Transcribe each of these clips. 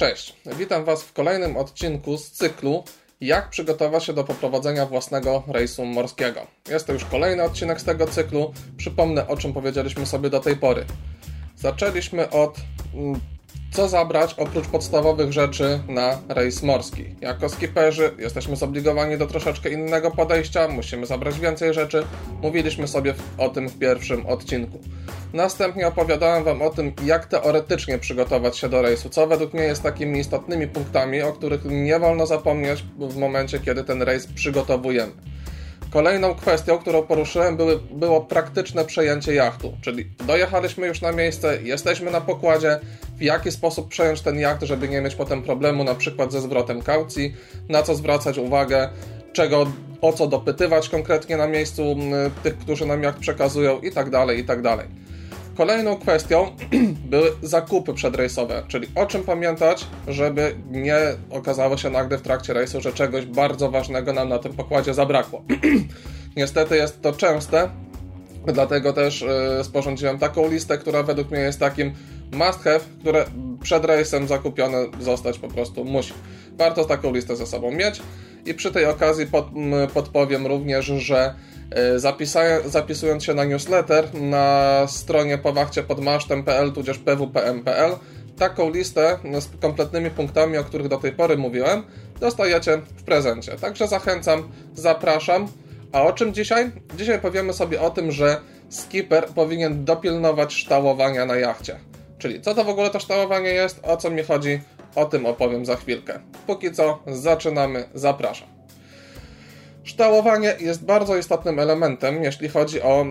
Cześć, witam Was w kolejnym odcinku z cyklu Jak przygotować się do poprowadzenia własnego rejsu morskiego. Jest to już kolejny odcinek z tego cyklu. Przypomnę, o czym powiedzieliśmy sobie do tej pory. Zaczęliśmy od co zabrać oprócz podstawowych rzeczy na rejs morski. Jako skiperzy jesteśmy zobligowani do troszeczkę innego podejścia, musimy zabrać więcej rzeczy. Mówiliśmy sobie o tym w pierwszym odcinku. Następnie opowiadałem Wam o tym, jak teoretycznie przygotować się do rejsu, co według mnie jest takimi istotnymi punktami, o których nie wolno zapomnieć w momencie, kiedy ten rejs przygotowujemy. Kolejną kwestią, którą poruszyłem, było praktyczne przejęcie jachtu, czyli dojechaliśmy już na miejsce, jesteśmy na pokładzie, w jaki sposób przejąć ten jacht, żeby nie mieć potem problemu na przykład ze zwrotem kaucji, na co zwracać uwagę, o co dopytywać konkretnie na miejscu tych, którzy nam jacht przekazują itd., itd. Kolejną kwestią były zakupy przedrejsowe, czyli o czym pamiętać, żeby nie okazało się nagle w trakcie rejsu, że czegoś bardzo ważnego nam na tym pokładzie zabrakło. Niestety jest to częste, dlatego też sporządziłem taką listę, która według mnie jest takim must have, które przed rejsem zakupione zostać po prostu musi. Warto taką listę ze sobą mieć i przy tej okazji podpowiem również, że zapisując się na newsletter na stronie powachciepodmasztem.pl tudzież pwpm.pl taką listę z kompletnymi punktami, o których do tej pory mówiłem, dostajecie w prezencie. Także zachęcam, zapraszam. A o czym dzisiaj? Dzisiaj powiemy sobie o tym, że skipper powinien dopilnować ształowania na jachcie. Czyli co to w ogóle to ształowanie jest, o co mi chodzi, o tym opowiem za chwilkę. Póki co zaczynamy, zapraszam. Ształowanie jest bardzo istotnym elementem, jeśli chodzi o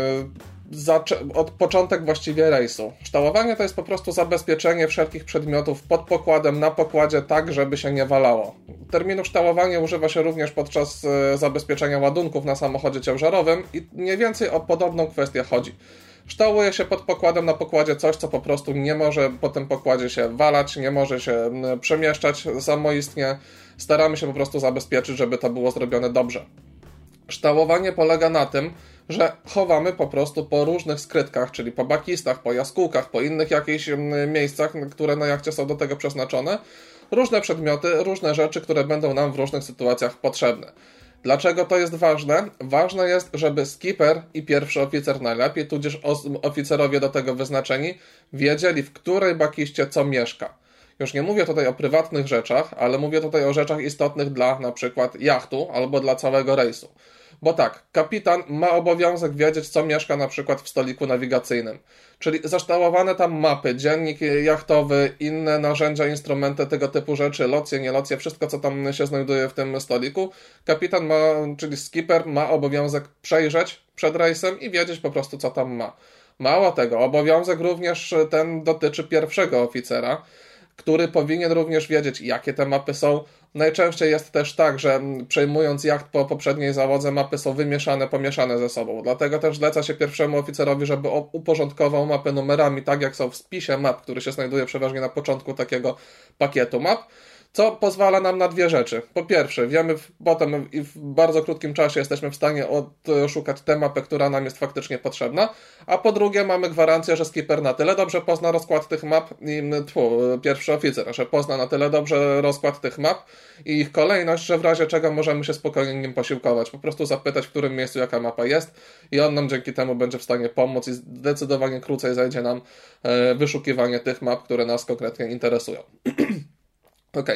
początek właściwie rejsu. Ształowanie to jest po prostu zabezpieczenie wszelkich przedmiotów pod pokładem, na pokładzie, tak żeby się nie walało. Terminu ształowanie używa się również podczas zabezpieczenia ładunków na samochodzie ciężarowym i mniej więcej o podobną kwestię chodzi. Ształuje się pod pokładem, na pokładzie coś, co po prostu nie może po tym pokładzie się walać, nie może się przemieszczać samoistnie. Staramy się po prostu zabezpieczyć, żeby to było zrobione dobrze. Ształowanie polega na tym, że chowamy po prostu po różnych skrytkach, czyli po bakistach, po jaskółkach, po innych jakichś miejscach, które na jachcie są do tego przeznaczone, różne przedmioty, różne rzeczy, które będą nam w różnych sytuacjach potrzebne. Dlaczego to jest ważne? Ważne jest, żeby skipper i pierwszy oficer najlepiej, tudzież oficerowie do tego wyznaczeni, wiedzieli, w której bakiście co mieszka. Już nie mówię tutaj o prywatnych rzeczach, ale mówię tutaj o rzeczach istotnych dla na przykład jachtu albo dla całego rejsu. Bo tak, kapitan ma obowiązek wiedzieć, co mieszka na przykład w stoliku nawigacyjnym. Czyli zaształowane tam mapy, dziennik jachtowy, inne narzędzia, instrumenty, tego typu rzeczy, locje, nielocje, wszystko co tam się znajduje w tym stoliku. Kapitan czyli skipper ma obowiązek przejrzeć przed rejsem i wiedzieć po prostu, co tam ma. Mało tego, obowiązek również ten dotyczy pierwszego oficera, który powinien również wiedzieć, jakie te mapy są. Najczęściej jest też tak, że przejmując jacht po poprzedniej załodze, mapy są pomieszane ze sobą. Dlatego też zleca się pierwszemu oficerowi, żeby uporządkował mapy numerami, tak jak są w spisie map, który się znajduje przeważnie na początku takiego pakietu map, co pozwala nam na dwie rzeczy. Po pierwsze, wiemy potem i w bardzo krótkim czasie jesteśmy w stanie odszukać tę mapę, która nam jest faktycznie potrzebna, a po drugie mamy gwarancję, że skipper na tyle dobrze pozna rozkład tych map pierwszy oficer, że pozna na tyle dobrze rozkład tych map i ich kolejność, że w razie czego możemy się spokojnie nim posiłkować. Po prostu zapytać, w którym miejscu jaka mapa jest i on nam dzięki temu będzie w stanie pomóc i zdecydowanie krócej zajdzie nam wyszukiwanie tych map, które nas konkretnie interesują. Okej.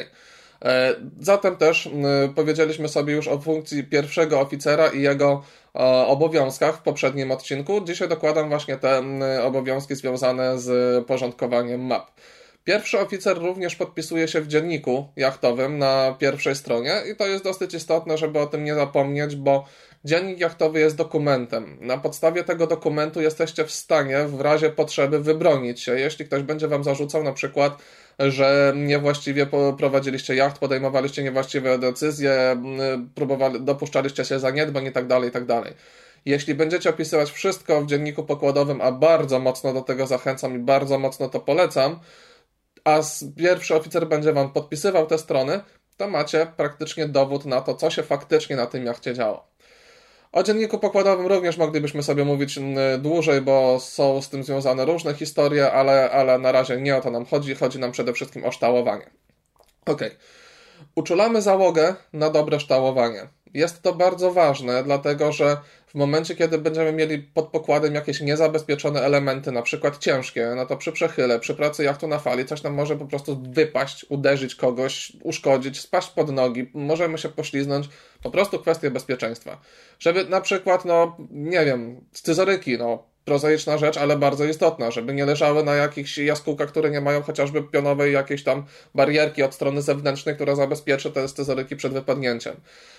Zatem też powiedzieliśmy sobie już o funkcji pierwszego oficera i jego obowiązkach w poprzednim odcinku. Dzisiaj dokładam właśnie te obowiązki związane z porządkowaniem map. Pierwszy oficer również podpisuje się w dzienniku jachtowym na pierwszej stronie i to jest dosyć istotne, żeby o tym nie zapomnieć, bo dziennik jachtowy jest dokumentem. Na podstawie tego dokumentu jesteście w stanie w razie potrzeby wybronić się, jeśli ktoś będzie wam zarzucał na przykład, że niewłaściwie prowadziliście jacht, podejmowaliście niewłaściwe decyzje, dopuszczaliście się zaniedbań itd., itd. Jeśli będziecie opisywać wszystko w dzienniku pokładowym, a bardzo mocno do tego zachęcam i bardzo mocno to polecam, a pierwszy oficer będzie wam podpisywał te strony, to macie praktycznie dowód na to, co się faktycznie na tym jachcie działo. O dzienniku pokładowym również moglibyśmy sobie mówić dłużej, bo są z tym związane różne historie, ale na razie nie o to nam chodzi. Chodzi nam przede wszystkim o ształowanie. Ok. Uczulamy załogę na dobre ształowanie. Jest to bardzo ważne, dlatego że w momencie, kiedy będziemy mieli pod pokładem jakieś niezabezpieczone elementy, na przykład ciężkie, no to przy przechyle, przy pracy jachtu na fali, coś nam może po prostu wypaść, uderzyć kogoś, uszkodzić, spaść pod nogi, możemy się pośliznąć, po prostu kwestie bezpieczeństwa. Żeby na przykład, no nie wiem, scyzoryki, no prozaiczna rzecz, ale bardzo istotna, żeby nie leżały na jakichś jaskółkach, które nie mają chociażby pionowej jakiejś tam barierki od strony zewnętrznej, która zabezpieczy te scyzoryki przed wypadnięciem.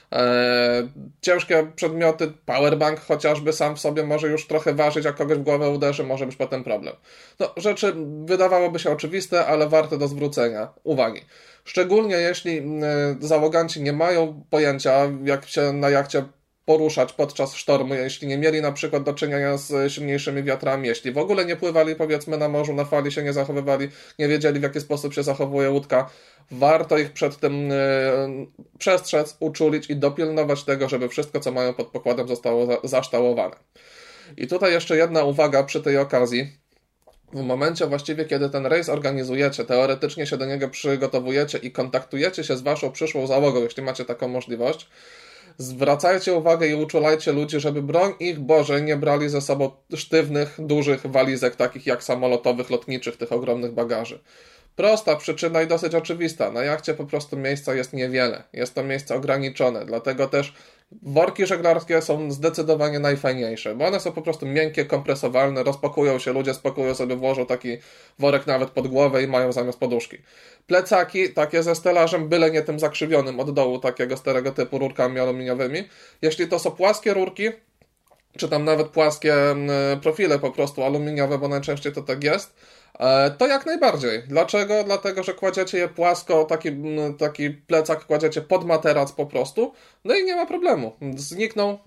Ciężkie przedmioty, powerbank chociażby sam w sobie może już trochę ważyć, jak kogoś w głowę uderzy, może być potem problem. No, rzeczy wydawałoby się oczywiste, ale warte do zwrócenia uwagi. Szczególnie jeśli załoganci nie mają pojęcia, jak się na jachcie poruszać podczas sztormu, jeśli nie mieli na przykład do czynienia z silniejszymi wiatrami, jeśli w ogóle nie pływali powiedzmy na morzu, na fali się nie zachowywali, nie wiedzieli w jaki sposób się zachowuje łódka, warto ich przed tym przestrzec, uczulić i dopilnować tego, żeby wszystko co mają pod pokładem zostało zaształowane. I tutaj jeszcze jedna uwaga przy tej okazji. W momencie właściwie, kiedy ten rejs organizujecie, teoretycznie się do niego przygotowujecie i kontaktujecie się z waszą przyszłą załogą, jeśli macie taką możliwość, zwracajcie uwagę i uczulajcie ludzi, żeby broń ich Boże nie brali ze sobą sztywnych, dużych walizek, takich jak samolotowych, lotniczych, tych ogromnych bagaży. Prosta przyczyna i dosyć oczywista. Na jachcie po prostu miejsca jest niewiele. Jest to miejsce ograniczone, dlatego też worki żeglarskie są zdecydowanie najfajniejsze, bo one są po prostu miękkie, kompresowalne, rozpakują się, ludzie spakują sobie, włożą taki worek nawet pod głowę i mają zamiast poduszki. Plecaki, takie ze stelażem, byle nie tym zakrzywionym od dołu, takiego starego typu rurkami aluminiowymi. Jeśli to są płaskie rurki, czy tam nawet płaskie profile po prostu aluminiowe, bo najczęściej to tak jest, to jak najbardziej. Dlaczego? Dlatego, że kładziecie je płasko, taki plecak kładziecie pod materac po prostu, no i nie ma problemu. Znikną,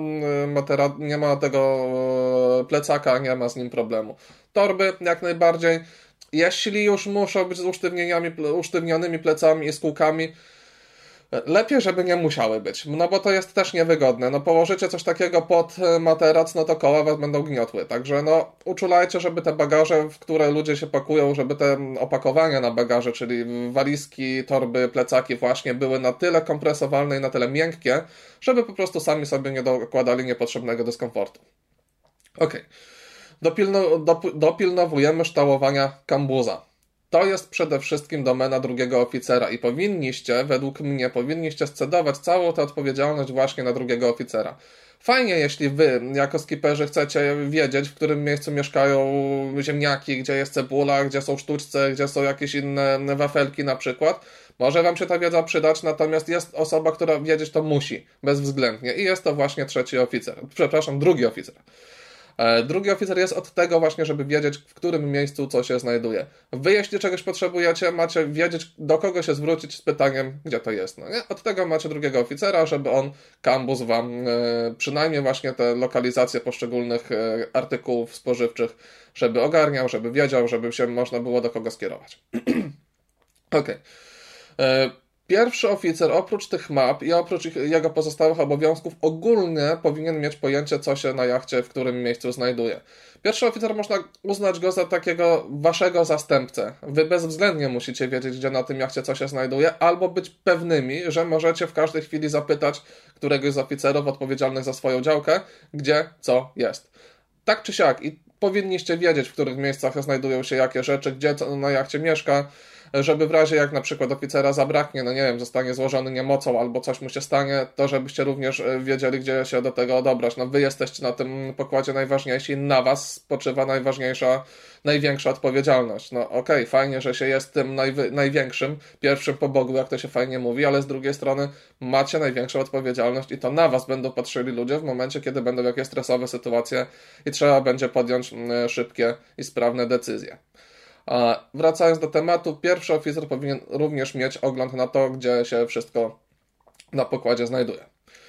nie ma tego plecaka, nie ma z nim problemu. Torby jak najbardziej. Jeśli już muszą być z usztywnionymi plecami i z kółkami, lepiej, żeby nie musiały być, no bo to jest też niewygodne. No położycie coś takiego pod materac, no to koła was będą gniotły. Także no uczulajcie, żeby te bagaże, w które ludzie się pakują, żeby te opakowania na bagaże, czyli walizki, torby, plecaki właśnie były na tyle kompresowalne i na tyle miękkie, żeby po prostu sami sobie nie dokładali niepotrzebnego dyskomfortu. Okej. Dopilnowujemy ształowania kambuza. To jest przede wszystkim domena drugiego oficera i według mnie, scedować całą tę odpowiedzialność właśnie na drugiego oficera. Fajnie, jeśli wy, jako skiperzy, chcecie wiedzieć, w którym miejscu mieszkają ziemniaki, gdzie jest cebula, gdzie są sztućce, gdzie są jakieś inne wafelki na przykład. Może wam się ta wiedza przydać, natomiast jest osoba, która wiedzieć to musi, bezwzględnie. I jest to właśnie drugi oficer. Drugi oficer jest od tego właśnie, żeby wiedzieć, w którym miejscu co się znajduje. Wy, jeśli czegoś potrzebujecie, macie wiedzieć, do kogo się zwrócić z pytaniem, gdzie to jest. No nie? Od tego macie drugiego oficera, żeby on kambuz wam, przynajmniej właśnie te lokalizacje poszczególnych artykułów spożywczych, żeby ogarniał, żeby wiedział, żeby się można było do kogo skierować. Okej. Pierwszy oficer oprócz tych map i oprócz jego pozostałych obowiązków ogólnie powinien mieć pojęcie, co się na jachcie w którym miejscu znajduje. Pierwszy oficer można uznać go za takiego waszego zastępcę. Wy bezwzględnie musicie wiedzieć, gdzie na tym jachcie co się znajduje, albo być pewnymi, że możecie w każdej chwili zapytać któregoś z oficerów odpowiedzialnych za swoją działkę, gdzie co jest. Tak czy siak i powinniście wiedzieć, w których miejscach znajdują się jakie rzeczy, gdzie co na jachcie mieszka, żeby w razie jak na przykład oficera zabraknie, no nie wiem, zostanie złożony niemocą albo coś mu się stanie, to żebyście również wiedzieli, gdzie się do tego dobrać. No wy jesteście na tym pokładzie najważniejsi, na was spoczywa największa odpowiedzialność. No okej, fajnie, że się jest tym największym, pierwszym po Bogu, jak to się fajnie mówi, ale z drugiej strony macie największą odpowiedzialność i to na was będą patrzyli ludzie w momencie, kiedy będą jakieś stresowe sytuacje i trzeba będzie podjąć szybkie i sprawne decyzje. A wracając do tematu, pierwszy oficer powinien również mieć ogląd na to, gdzie się wszystko na pokładzie znajduje.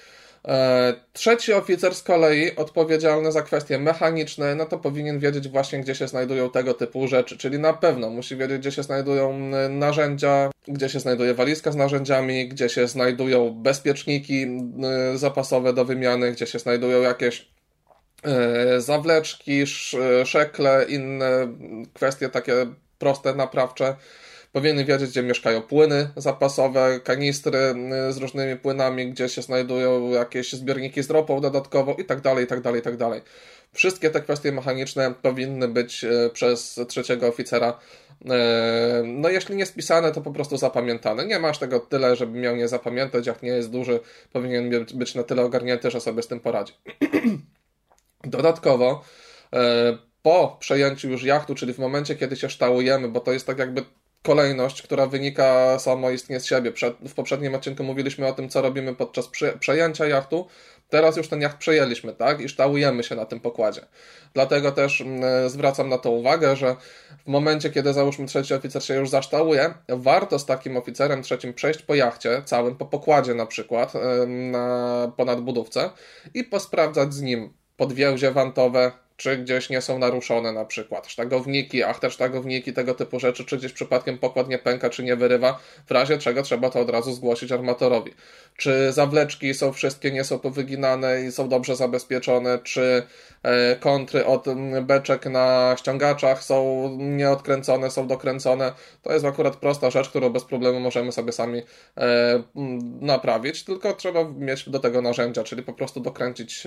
Trzeci oficer z kolei odpowiedzialny za kwestie mechaniczne, no to powinien wiedzieć właśnie, gdzie się znajdują tego typu rzeczy, czyli na pewno musi wiedzieć, gdzie się znajdują narzędzia, gdzie się znajduje walizka z narzędziami, gdzie się znajdują bezpieczniki zapasowe do wymiany, gdzie się znajdują jakieś zawleczki, szekle, inne kwestie takie proste, naprawcze. Powinien wiedzieć, gdzie mieszkają płyny zapasowe, kanistry z różnymi płynami, gdzie się znajdują jakieś zbiorniki z ropą dodatkowo i tak dalej, i tak dalej, i tak dalej. Wszystkie te kwestie mechaniczne powinny być przez trzeciego oficera, no jeśli nie spisane, to po prostu zapamiętane. Nie masz tego tyle, żeby miał nie zapamiętać, jak nie jest duży, powinien być na tyle ogarnięty, że sobie z tym poradzi. Dodatkowo, po przejęciu już jachtu, czyli w momencie, kiedy się ształujemy, bo to jest tak jakby kolejność, która wynika samoistnie z siebie. W poprzednim odcinku mówiliśmy o tym, co robimy podczas przejęcia jachtu. Teraz już ten jacht przejęliśmy, tak? I ształujemy się na tym pokładzie. Dlatego też zwracam na to uwagę, że w momencie, kiedy załóżmy trzeci oficer się już zaształuje, warto z takim oficerem trzecim przejść po jachcie, całym, po pokładzie na przykład, na ponadbudówce i posprawdzać z nim podwięzie wantowe, czy gdzieś nie są naruszone na przykład sztagowniki, sztagowniki, tego typu rzeczy, czy gdzieś przypadkiem pokład nie pęka, czy nie wyrywa, w razie czego trzeba to od razu zgłosić armatorowi. Czy zawleczki są wszystkie, nie są powyginane i są dobrze zabezpieczone, czy kontry od beczek na ściągaczach są nieodkręcone, są dokręcone. To jest akurat prosta rzecz, którą bez problemu możemy sobie sami naprawić, tylko trzeba mieć do tego narzędzia, czyli po prostu dokręcić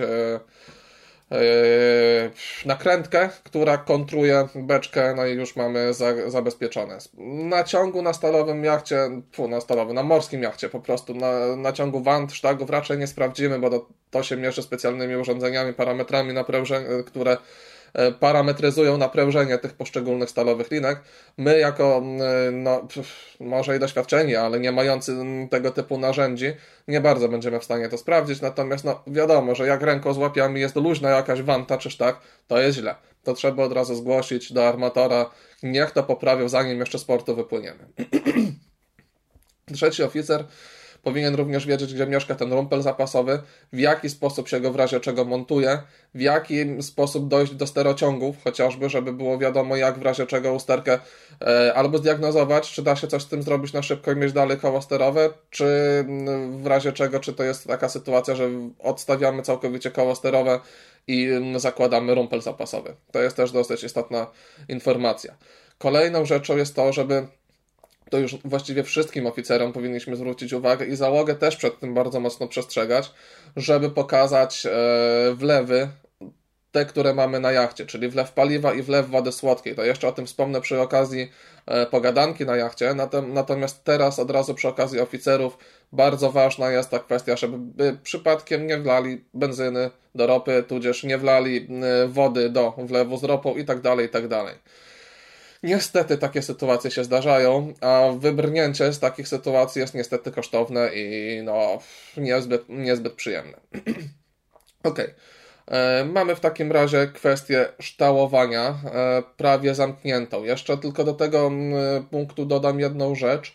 nakrętkę, która kontruje beczkę, no i już mamy zabezpieczone. Na ciągu na stalowym jachcie, na morskim jachcie po prostu, na ciągu want, sztagów raczej nie sprawdzimy, bo to się mierzy specjalnymi urządzeniami, parametrami, które parametryzują naprężenie tych poszczególnych stalowych linek. My jako, może i doświadczeni, ale nie mający tego typu narzędzi, nie bardzo będziemy w stanie to sprawdzić, natomiast wiadomo, że jak ręką złapiamy jest luźna jakaś wanta czy sztag, to jest źle. To trzeba od razu zgłosić do armatora, niech to poprawią, zanim jeszcze z portu wypłyniemy. Trzeci oficer powinien również wiedzieć, gdzie mieszka ten rumpel zapasowy, w jaki sposób się go w razie czego montuje, w jaki sposób dojść do sterociągów, chociażby, żeby było wiadomo, jak w razie czego usterkę albo zdiagnozować, czy da się coś z tym zrobić na szybko i mieć dalej koło sterowe, czy w razie czego, czy to jest taka sytuacja, że odstawiamy całkowicie koło sterowe i zakładamy rumpel zapasowy. To jest też dosyć istotna informacja. Kolejną rzeczą jest to, żeby to już właściwie wszystkim oficerom powinniśmy zwrócić uwagę i załogę też przed tym bardzo mocno przestrzegać, żeby pokazać wlewy, te, które mamy na jachcie, czyli wlew paliwa i wlew wody słodkiej. To jeszcze o tym wspomnę przy okazji pogadanki na jachcie, natomiast teraz od razu przy okazji oficerów bardzo ważna jest ta kwestia, żeby przypadkiem nie wlali benzyny do ropy, tudzież nie wlali wody do wlewu z ropą i tak dalej, i tak dalej. Niestety takie sytuacje się zdarzają, a wybrnięcie z takich sytuacji jest niestety kosztowne i niezbyt przyjemne. Okej. Mamy w takim razie kwestię ształowania prawie zamkniętą. Jeszcze tylko do tego punktu dodam jedną rzecz.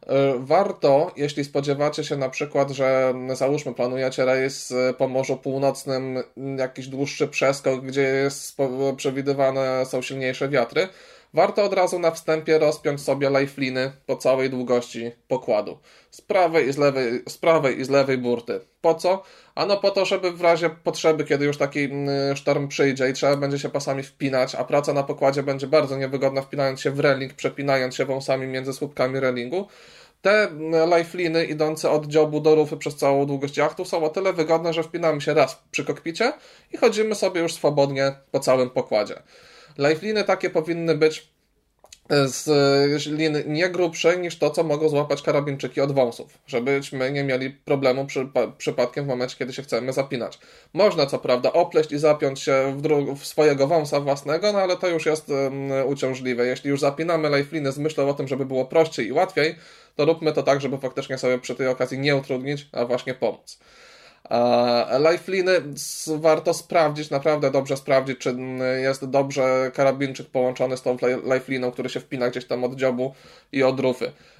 Warto, jeśli spodziewacie się na przykład, że załóżmy planujecie rejs po Morzu Północnym, jakiś dłuższy przeskok, gdzie przewidywane są silniejsze wiatry, warto od razu na wstępie rozpiąć sobie lifeliny po całej długości pokładu. Z prawej i z lewej burty. Po co? Ano po to, żeby w razie potrzeby, kiedy już taki sztorm przyjdzie i trzeba będzie się pasami wpinać, a praca na pokładzie będzie bardzo niewygodna wpinając się w reling, przepinając się wąsami między słupkami relingu, te lifeliny idące od dziobu do rufy przez całą długość jachtu są o tyle wygodne, że wpinamy się raz przy kokpicie i chodzimy sobie już swobodnie po całym pokładzie. Lifeliny takie powinny być z lin nie grubsze niż to, co mogą złapać karabinczyki od wąsów, żebyśmy nie mieli problemu przypadkiem w momencie, kiedy się chcemy zapinać. Można co prawda opleść i zapiąć się w swojego wąsa własnego, no ale to już jest uciążliwe. Jeśli już zapinamy lifeliny z myślą o tym, żeby było prościej i łatwiej, to róbmy to tak, żeby faktycznie sobie przy tej okazji nie utrudnić, a właśnie pomóc. Lifeliny warto sprawdzić, naprawdę dobrze sprawdzić, czy jest dobrze karabinczyk połączony z tą lifeliną, który się wpina gdzieś tam od dziobu i od rufy.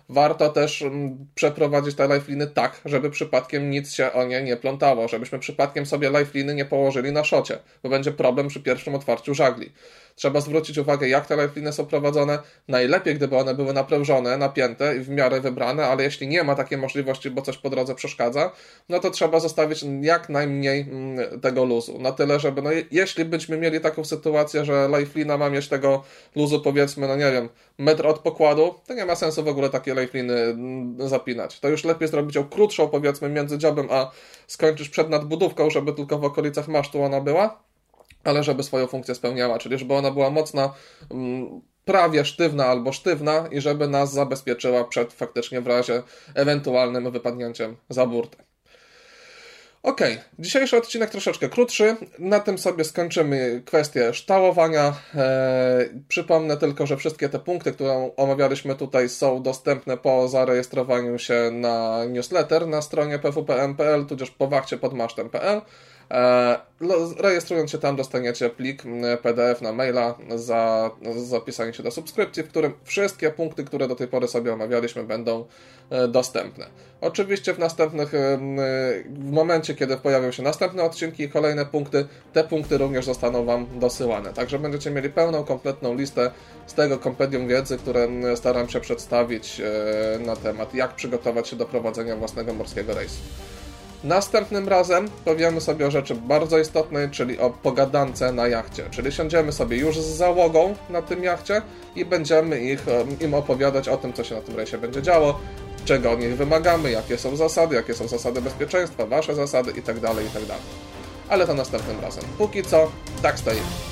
Warto też przeprowadzić te lifeliny tak, żeby przypadkiem nic się o nie nie plątało, żebyśmy przypadkiem sobie lifeliny nie położyli na szocie, bo będzie problem przy pierwszym otwarciu żagli. Trzeba zwrócić uwagę, jak te lifeliny są prowadzone. Najlepiej, gdyby one były naprężone, napięte i w miarę wybrane, ale jeśli nie ma takiej możliwości, bo coś po drodze przeszkadza, no to trzeba zostawić jak najmniej tego luzu. Na tyle, żeby, no jeśli byśmy mieli taką sytuację, że lifelina ma mieć tego luzu, powiedzmy, no nie wiem, metr od pokładu, to nie ma sensu w ogóle takie lifeliny zapinać. To już lepiej zrobić ją krótszą, powiedzmy, między dziobem a skończysz przed nadbudówką, żeby tylko w okolicach masztu ona była, ale żeby swoją funkcję spełniała, czyli żeby ona była mocna, prawie sztywna albo sztywna i żeby nas zabezpieczyła przed faktycznie w razie ewentualnym wypadnięciem za burtę. Ok, dzisiejszy odcinek troszeczkę krótszy, na tym sobie skończymy kwestię ształowania. Przypomnę tylko, że wszystkie te punkty, które omawialiśmy tutaj, są dostępne po zarejestrowaniu się na newsletter na stronie pwpm.pl, tudzież po wachcie pod masztem.pl. Rejestrując się tam dostaniecie plik PDF na maila za zapisanie się do subskrypcji, w którym wszystkie punkty, które do tej pory sobie omawialiśmy, będą dostępne. Oczywiście w momencie, kiedy pojawią się następne odcinki i kolejne punkty, te punkty również zostaną Wam dosyłane. Także będziecie mieli pełną, kompletną listę z tego kompendium wiedzy, które staram się przedstawić na temat, jak przygotować się do prowadzenia własnego morskiego rejsu. Następnim razem powiemy sobie o rzeczy bardzo istotnej, czyli o pogadance na jachcie. Czyli siądziemy sobie już z załogą na tym jachcie i będziemy im opowiadać o tym, co się na tym rejsie będzie działo, czego od nich wymagamy, jakie są zasady bezpieczeństwa, wasze zasady itd. Ale to następnym razem. Póki co, tak stoimy.